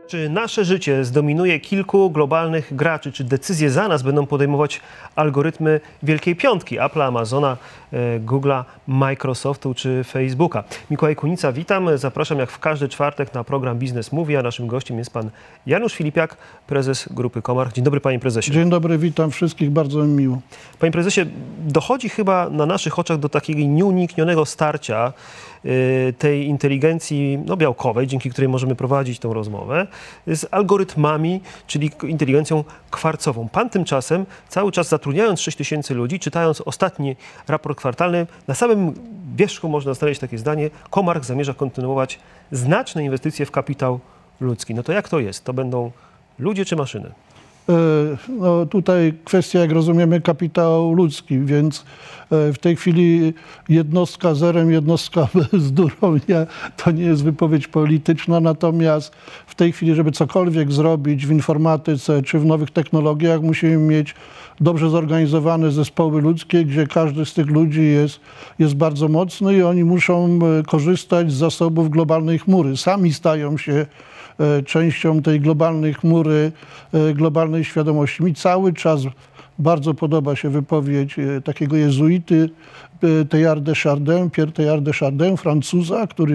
Czy nasze życie zdominuje kilku globalnych graczy? Czy decyzje za nas będą podejmować algorytmy Wielkiej Piątki? Apple'a, Amazona, Google'a, Microsoftu czy Facebooka? Mikołaj Kunica, witam. Zapraszam jak w każdy czwartek na program Biznes Mówi, a naszym gościem jest pan Janusz Filipiak, prezes Grupy Comarch. Dzień dobry, panie prezesie. Dzień dobry, witam wszystkich, bardzo mi miło. Panie prezesie, dochodzi chyba na naszych oczach do takiego nieuniknionego starcia tej inteligencji białkowej, dzięki której możemy prowadzić tę rozmowę, z algorytmami, czyli inteligencją kwarcową. Pan tymczasem, cały czas zatrudniając 6 tysięcy ludzi, czytając ostatni raport kwartalny, na samym wierzchu można znaleźć takie zdanie: Comarch zamierza kontynuować znaczne inwestycje w kapitał ludzki. No to jak to jest? To będą ludzie czy maszyny? No tutaj kwestia, jak rozumiemy, kapitał ludzki, więc w tej chwili jednostka zerem, jednostka bzdurą, to nie jest wypowiedź polityczna, natomiast w tej chwili, żeby cokolwiek zrobić w informatyce czy w nowych technologiach, musimy mieć dobrze zorganizowane zespoły ludzkie, gdzie każdy z tych ludzi jest bardzo mocny i oni muszą korzystać z zasobów globalnej chmury. Sami stają się częścią tej globalnej chmury, globalnej świadomości. Mi cały czas bardzo podoba się wypowiedź takiego jezuity Teilhard de Chardin, Pierre Teilhard de Chardin, Francuza, który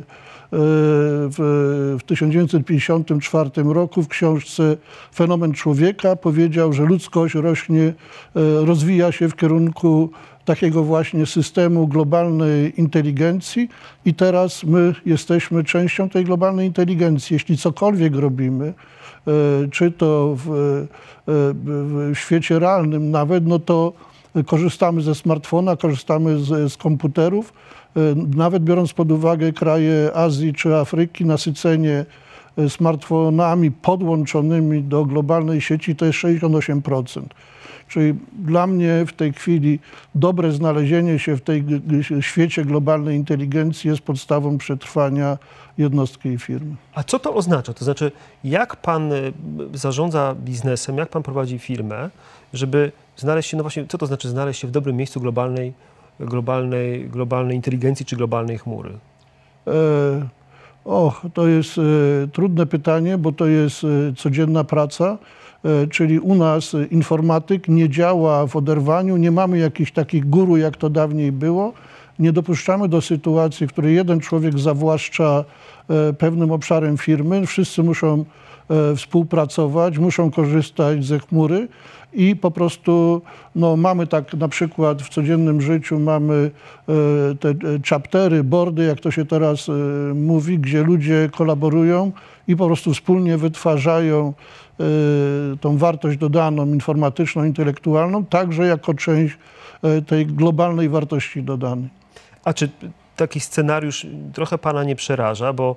w 1954 roku w książce Fenomen człowieka powiedział, że ludzkość rozwija się w kierunku takiego właśnie systemu globalnej inteligencji i teraz my jesteśmy częścią tej globalnej inteligencji. Jeśli cokolwiek robimy, czy to w świecie realnym nawet, no to korzystamy ze smartfona, korzystamy z komputerów. Nawet biorąc pod uwagę kraje Azji czy Afryki, nasycenie smartfonami podłączonymi do globalnej sieci to jest 68%. Czyli dla mnie w tej chwili dobre znalezienie się w tej świecie globalnej inteligencji jest podstawą przetrwania jednostki i firmy. A co to oznacza? To znaczy, jak pan zarządza biznesem, jak pan prowadzi firmę, żeby znaleźć się, no właśnie, co to znaczy znaleźć się w dobrym miejscu globalnej inteligencji czy globalnej chmury? To jest trudne pytanie, bo to jest codzienna praca. Czyli u nas informatyk nie działa w oderwaniu, nie mamy jakichś takich guru, jak to dawniej było. Nie dopuszczamy do sytuacji, w której jeden człowiek zawłaszcza pewnym obszarem firmy. Wszyscy muszą współpracować, muszą korzystać ze chmury i po prostu mamy tak na przykład w codziennym życiu mamy te chaptery, boardy, jak to się teraz mówi, gdzie ludzie kolaborują i po prostu wspólnie wytwarzają tą wartość dodaną, informatyczną, intelektualną, także jako część tej globalnej wartości dodanej. A czy taki scenariusz trochę pana nie przeraża, bo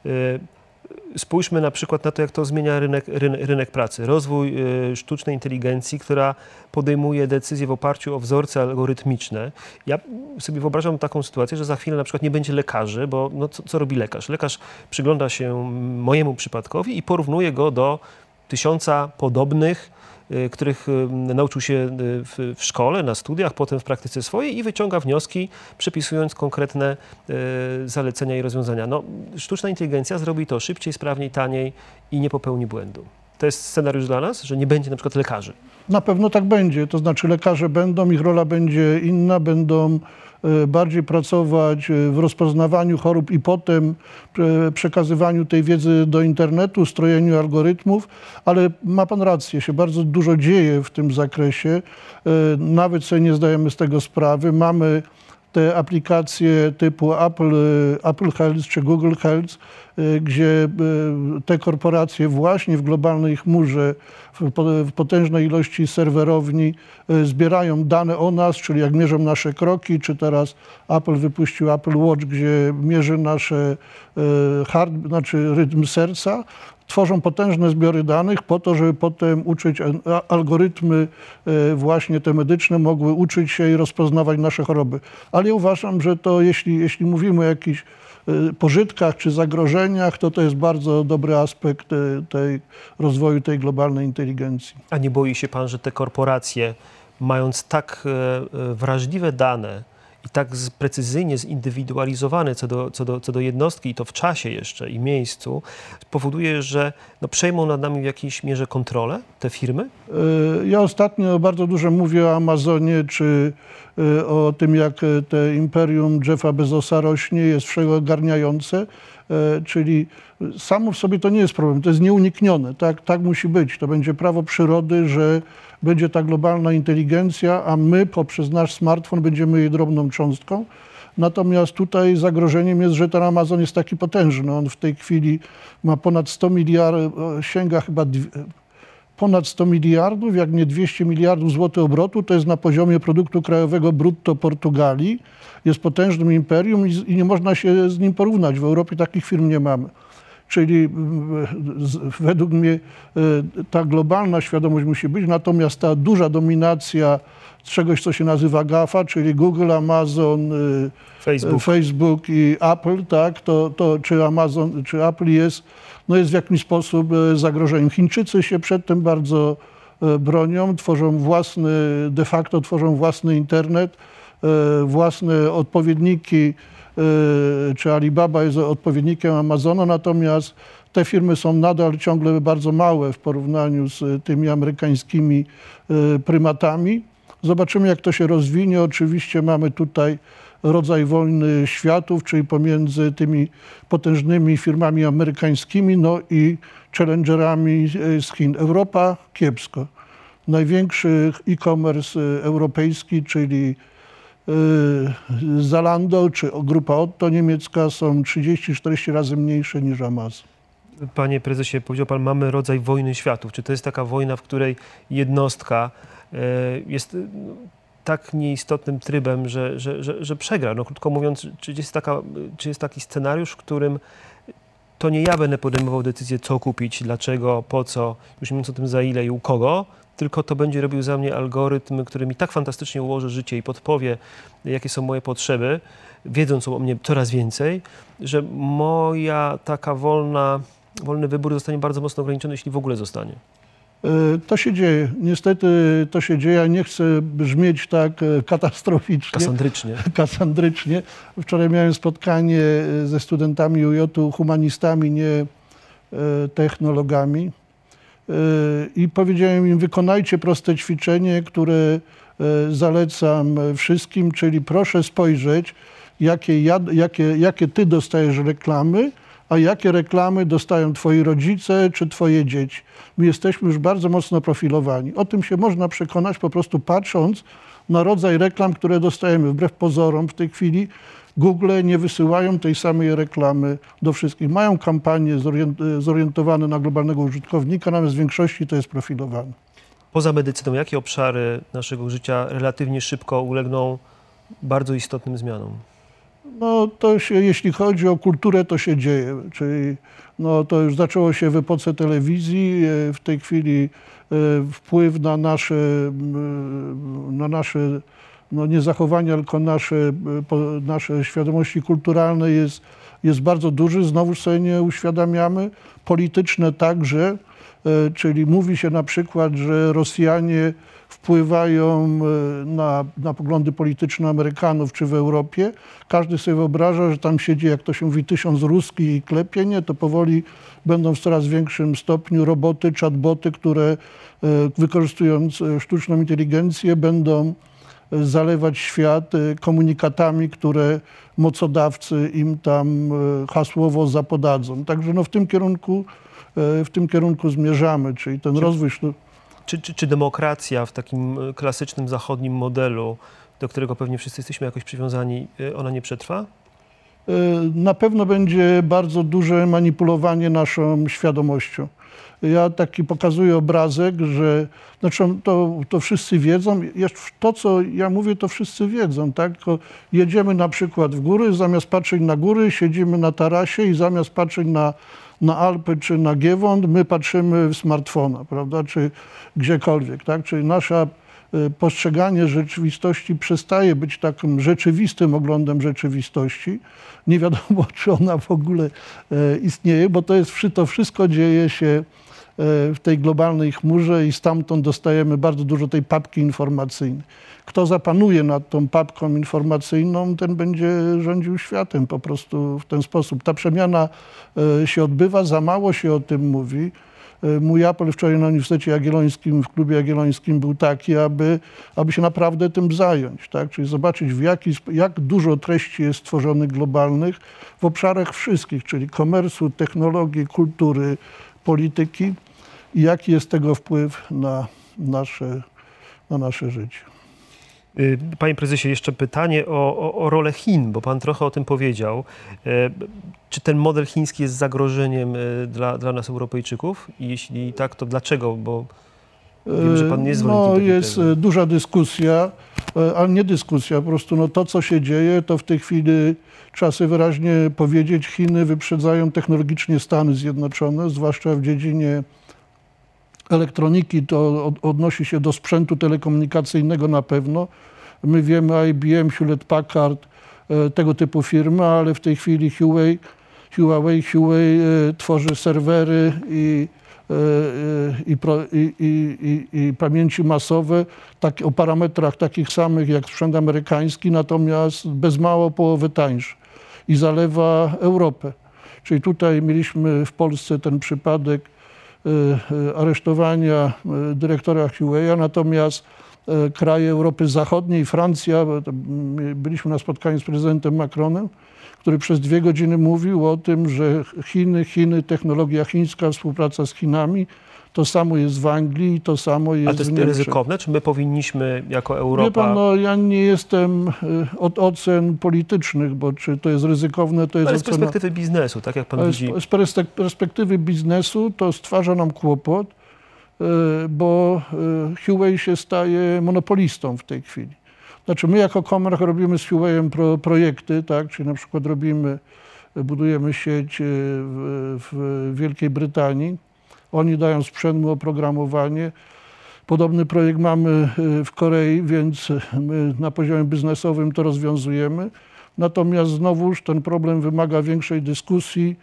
spójrzmy na przykład na to, jak to zmienia rynek pracy. Rozwój sztucznej inteligencji, która podejmuje decyzje w oparciu o wzorce algorytmiczne. Ja sobie wyobrażam taką sytuację, że za chwilę na przykład nie będzie lekarzy, bo co robi lekarz? Lekarz przygląda się mojemu przypadkowi i porównuje go do 1000 podobnych, których nauczył się w szkole, na studiach, potem w praktyce swojej i wyciąga wnioski, przepisując konkretne zalecenia i rozwiązania. Sztuczna inteligencja zrobi to szybciej, sprawniej, taniej i nie popełni błędu. To jest scenariusz dla nas, że nie będzie na przykład lekarzy? Na pewno tak będzie. To znaczy lekarze będą, ich rola będzie inna, będą bardziej pracować w rozpoznawaniu chorób i potem przekazywaniu tej wiedzy do internetu, strojeniu algorytmów, ale ma pan rację, się bardzo dużo dzieje w tym zakresie. Nawet sobie nie zdajemy z tego sprawy. Mamy te aplikacje typu Apple Health czy Google Health, gdzie te korporacje właśnie w globalnej chmurze, w potężnej ilości serwerowni zbierają dane o nas, czyli jak mierzą nasze kroki, czy teraz Apple wypuścił Apple Watch, gdzie mierzy nasze rytm serca. Tworzą potężne zbiory danych po to, żeby potem uczyć algorytmy właśnie te medyczne mogły uczyć się i rozpoznawać nasze choroby. Ale ja uważam, że to jeśli mówimy o jakichś pożytkach czy zagrożeniach, to jest bardzo dobry aspekt rozwoju tej globalnej inteligencji. A nie boi się pan, że te korporacje, mając tak wrażliwe dane i tak precyzyjnie zindywidualizowany co do jednostki, i to w czasie jeszcze i miejscu, powoduje, że no, przejmą nad nami w jakiejś mierze kontrolę te firmy? Ja ostatnio bardzo dużo mówię o Amazonie, czy o tym, jak te imperium Jeffa Bezosa rośnie, jest wszechogarniające, czyli samo w sobie to nie jest problem, to jest nieuniknione, tak musi być. To będzie prawo przyrody, że będzie ta globalna inteligencja, a my poprzez nasz smartfon będziemy jej drobną cząstką. Natomiast tutaj zagrożeniem jest, że ten Amazon jest taki potężny. On w tej chwili ma ponad 100 miliardów, sięga chyba ponad 100 miliardów, jak nie 200 miliardów złotych obrotu. To jest na poziomie produktu krajowego brutto Portugalii. Jest potężnym imperium i nie można się z nim porównać. W Europie takich firm nie mamy. Czyli według mnie ta globalna świadomość musi być, natomiast ta duża dominacja czegoś, co się nazywa GAFA, czyli Google, Amazon, Facebook i Apple, tak, czy Amazon, czy Apple jest w jakiś sposób zagrożeniem. Chińczycy się przed tym bardzo bronią, de facto tworzą własny internet, własne odpowiedniki, czy Alibaba jest odpowiednikiem Amazona, natomiast te firmy są nadal ciągle bardzo małe w porównaniu z tymi amerykańskimi prymatami. Zobaczymy, jak to się rozwinie. Oczywiście mamy tutaj rodzaj wojny światów, czyli pomiędzy tymi potężnymi firmami amerykańskimi, no i challengerami z Chin. Europa kiepsko. Największy e-commerce europejski, czyli Zalando czy grupa Otto niemiecka są 30-40 razy mniejsze niż Amazon. Panie prezesie, powiedział pan, mamy rodzaj wojny światów. Czy to jest taka wojna, w której jednostka jest tak nieistotnym trybem, że przegra? No, krótko mówiąc, czy jest taki scenariusz, w którym to nie ja będę podejmował decyzję, co kupić, dlaczego, po co, już nie mówiąc o tym za ile i u kogo, tylko to będzie robił za mnie algorytm, który mi tak fantastycznie ułoży życie i podpowie, jakie są moje potrzeby, wiedząc o mnie coraz więcej, że moja taka wolny wybór zostanie bardzo mocno ograniczony, jeśli w ogóle zostanie. To się dzieje. Niestety to się dzieje. Ja nie chcę brzmieć tak katastroficznie. Kasandrycznie. Wczoraj miałem spotkanie ze studentami UJ-u, humanistami, nie technologami. I powiedziałem im, wykonajcie proste ćwiczenie, które zalecam wszystkim, czyli proszę spojrzeć, jakie ty dostajesz reklamy, a jakie reklamy dostają twoi rodzice czy twoje dzieci. My jesteśmy już bardzo mocno profilowani. O tym się można przekonać po prostu patrząc na rodzaj reklam, które dostajemy. Wbrew pozorom w tej chwili Google nie wysyłają tej samej reklamy do wszystkich. Mają kampanie zorientowane na globalnego użytkownika, natomiast w większości to jest profilowane. Poza medycyną, jakie obszary naszego życia relatywnie szybko ulegną bardzo istotnym zmianom? No to się, jeśli chodzi o kulturę, to się dzieje, czyli no, to już zaczęło się w epoce telewizji, w tej chwili wpływ na nasze no nie zachowania, tylko nasze świadomości kulturalne jest bardzo duży, znowu sobie nie uświadamiamy, polityczne także, czyli mówi się na przykład, że Rosjanie wpływają na poglądy polityczne Amerykanów czy w Europie. Każdy sobie wyobraża, że tam siedzi, jak to się mówi, 1000 ruskich i klepie, nie? To powoli będą w coraz większym stopniu roboty, chatboty, które wykorzystując sztuczną inteligencję będą zalewać świat komunikatami, które mocodawcy im tam hasłowo zapodadzą. Także no w tym kierunku zmierzamy, czyli ten rozwój. Czy demokracja w takim klasycznym zachodnim modelu, do którego pewnie wszyscy jesteśmy jakoś przywiązani, ona nie przetrwa? Na pewno będzie bardzo duże manipulowanie naszą świadomością. Ja taki pokazuję obrazek, że znaczy to wszyscy wiedzą, to co ja mówię, to wszyscy wiedzą, tak? Jedziemy na przykład w góry, zamiast patrzeć na góry, siedzimy na tarasie i zamiast patrzeć na Alpy czy na Giewont, my patrzymy w smartfona, prawda, czy gdziekolwiek, tak? Czyli nasze postrzeganie rzeczywistości przestaje być takim rzeczywistym oglądem rzeczywistości. Nie wiadomo, czy ona w ogóle istnieje, bo to wszystko dzieje się w tej globalnej chmurze i stamtąd dostajemy bardzo dużo tej papki informacyjnej. Kto zapanuje nad tą papką informacyjną, ten będzie rządził światem po prostu w ten sposób. Ta przemiana się odbywa, za mało się o tym mówi. Mój apel wczoraj na Uniwersytecie Jagiellońskim, w Klubie Jagiellońskim był taki, aby się naprawdę tym zająć, tak? Czyli zobaczyć, jak dużo treści jest tworzonych globalnych w obszarach wszystkich, czyli komersu, technologii, kultury, polityki i jaki jest tego wpływ na nasze życie. Panie prezesie, jeszcze pytanie o rolę Chin, bo pan trochę o tym powiedział. Czy ten model chiński jest zagrożeniem dla nas, Europejczyków? I jeśli tak, to dlaczego? Bo wiem, że pan nie jest zwolennikiem takiej jest tezy. duża dyskusja, ale nie dyskusja, po prostu to, co się dzieje, to w tej chwili trzeba sobie wyraźnie powiedzieć, Chiny wyprzedzają technologicznie Stany Zjednoczone, zwłaszcza w dziedzinie elektroniki, to odnosi się do sprzętu telekomunikacyjnego na pewno. My wiemy IBM, Hewlett Packard, tego typu firmy, ale w tej chwili Huawei tworzy serwery i pamięci masowe o parametrach takich samych jak sprzęt amerykański, natomiast bez mało połowę tańszy i zalewa Europę. Czyli tutaj mieliśmy w Polsce ten przypadek aresztowania dyrektora Huawei'a, natomiast kraje Europy Zachodniej, Francja, byliśmy na spotkaniu z prezydentem Macronem, który przez 2 godziny mówił o tym, że Chiny, technologia chińska, współpraca z Chinami, to samo jest w Anglii i to samo jest w Niemczech. Ale to jest ryzykowne? Czy my powinniśmy jako Europa... Wie pan, ja nie jestem od ocen politycznych, bo czy to jest ryzykowne, to jest Ale z ocena... perspektywy biznesu, tak jak pan widzi... Z perspektywy biznesu to stwarza nam kłopot, bo Huawei się staje monopolistą w tej chwili. Znaczy my jako Comarch robimy z Huawei'em projekty, tak, czyli na przykład budujemy sieć w Wielkiej Brytanii. Oni dają sprzęt, my oprogramowanie. Podobny projekt mamy w Korei, więc my na poziomie biznesowym to rozwiązujemy. Natomiast znowuż ten problem wymaga większej dyskusji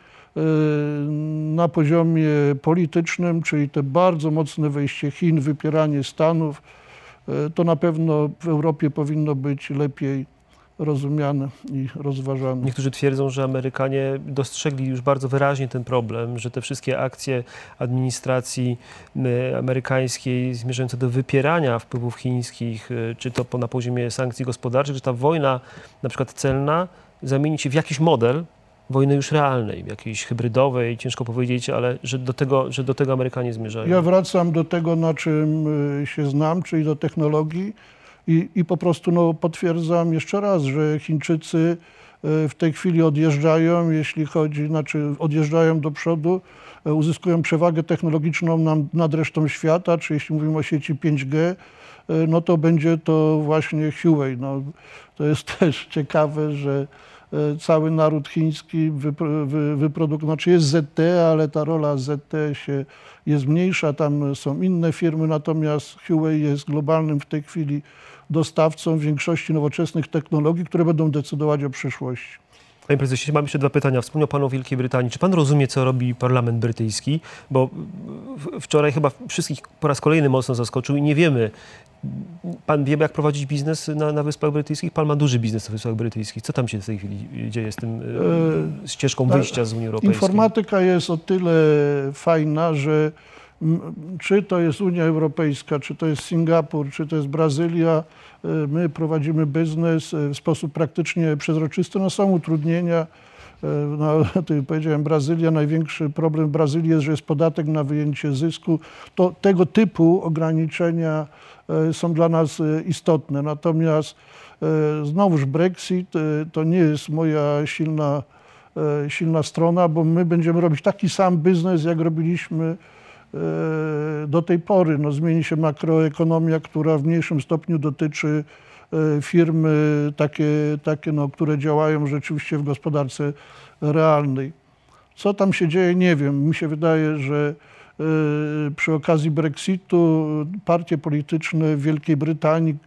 na poziomie politycznym, czyli te bardzo mocne wejście Chin, wypieranie Stanów. To na pewno w Europie powinno być lepiej rozumiane i rozważane. Niektórzy twierdzą, że Amerykanie dostrzegli już bardzo wyraźnie ten problem, że te wszystkie akcje administracji amerykańskiej zmierzające do wypierania wpływów chińskich, czy to na poziomie sankcji gospodarczych, że ta wojna na przykład celna zamieni się w jakiś model wojny już realnej, jakiejś hybrydowej, ciężko powiedzieć, ale że do tego Amerykanie zmierzają. Ja wracam do tego, na czym się znam, czyli do technologii i po prostu potwierdzam jeszcze raz, że Chińczycy w tej chwili odjeżdżają, odjeżdżają do przodu, uzyskują przewagę technologiczną nad resztą świata, czy jeśli mówimy o sieci 5G, no to będzie to właśnie Huawei. To jest też ciekawe, że cały naród chiński jest ZTE, ale ta rola ZTE jest mniejsza, tam są inne firmy, natomiast Huawei jest globalnym w tej chwili dostawcą większości nowoczesnych technologii, które będą decydować o przyszłości. Panie prezesie, mam jeszcze 2 pytania. Wspomniał pan o Wielkiej Brytanii. Czy pan rozumie, co robi parlament brytyjski? Bo wczoraj chyba wszystkich po raz kolejny mocno zaskoczył i nie wiemy. Pan wie, jak prowadzić biznes na Wyspach Brytyjskich? Pan ma duży biznes na Wyspach Brytyjskich. Co tam się w tej chwili dzieje z tym ścieżką wyjścia z Unii Europejskiej? Informatyka jest o tyle fajna, że czy to jest Unia Europejska, czy to jest Singapur, czy to jest Brazylia, my prowadzimy biznes w sposób praktycznie przezroczysty. Są utrudnienia. Powiedziałem Brazylia, największy problem w Brazylii jest, że jest podatek na wyjęcie zysku. Tego typu ograniczenia są dla nas istotne. Natomiast znowuż Brexit to nie jest moja silna strona, bo my będziemy robić taki sam biznes, jak robiliśmy do tej pory. Zmieni się makroekonomia, która w mniejszym stopniu dotyczy firmy takie, które działają rzeczywiście w gospodarce realnej. Co tam się dzieje, nie wiem. Mi się wydaje, że przy okazji Brexitu partie polityczne w Wielkiej Brytanii,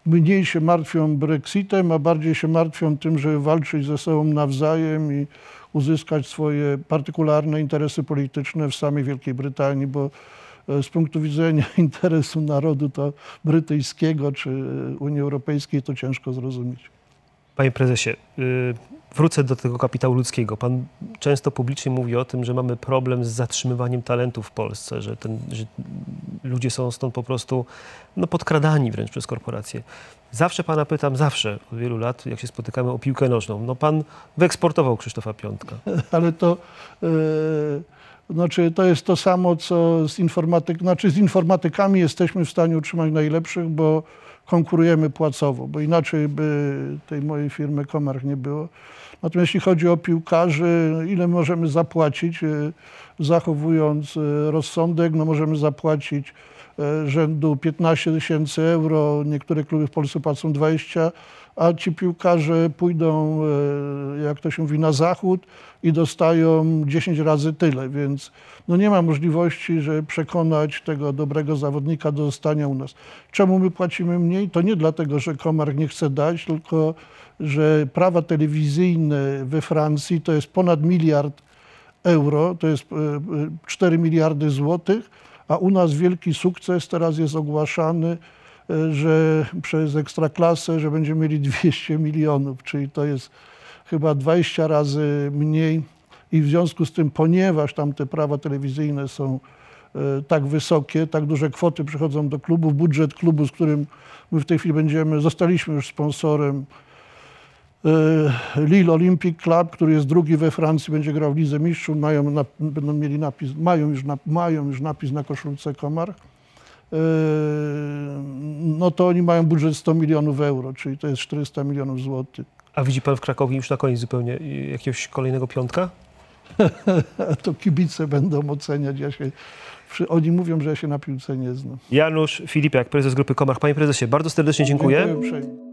mniej się martwią Brexitem, a bardziej się martwią tym, żeby walczyć ze sobą nawzajem i uzyskać swoje partykularne interesy polityczne w samej Wielkiej Brytanii, bo z punktu widzenia interesu narodu to brytyjskiego czy Unii Europejskiej to ciężko zrozumieć. Panie prezesie, wrócę do tego kapitału ludzkiego. Pan często publicznie mówi o tym, że mamy problem z zatrzymywaniem talentów w Polsce, że ludzie są stąd po prostu podkradani wręcz przez korporacje. Zawsze pana pytam, zawsze od wielu lat, jak się spotykamy, o piłkę nożną. Pan wyeksportował Krzysztofa Piątka. Ale to... Znaczy, to jest to samo, co z z informatykami jesteśmy w stanie utrzymać najlepszych, bo konkurujemy płacowo, bo inaczej by tej mojej firmy Comarch nie było. Natomiast jeśli chodzi o piłkarzy, ile możemy zapłacić, zachowując rozsądek, możemy zapłacić rzędu 15 000 euro, niektóre kluby w Polsce płacą 20, a ci piłkarze pójdą, jak to się mówi, na zachód i dostają 10 razy tyle, więc nie ma możliwości, żeby przekonać tego dobrego zawodnika do zostania u nas. Czemu my płacimy mniej? To nie dlatego, że Comarch nie chce dać, tylko że prawa telewizyjne we Francji to jest ponad 1 miliard euro, to jest 4 miliardy złotych, a u nas wielki sukces teraz jest ogłaszany, że przez Ekstraklasę, że będziemy mieli 200 milionów, czyli to jest chyba 20 razy mniej i w związku z tym, ponieważ tam te prawa telewizyjne są tak wysokie, tak duże kwoty przychodzą do klubów, budżet klubu, z którym my w tej chwili zostaliśmy już sponsorem Lille Olympic Club, który jest drugi we Francji, będzie grał w Lidze Mistrzów, mają już napis na koszulce Comarch. To oni mają budżet 100 milionów euro, czyli to jest 400 milionów złotych. A widzi pan w Krakowie już na koniec zupełnie jakiegoś kolejnego Piątka? To kibice będą oceniać. Oni mówią, że ja się na piłce nie znam. Janusz Filipiak, prezes grupy Comarch. Panie prezesie, bardzo serdecznie dziękuję. Dziękuję uprzejmie.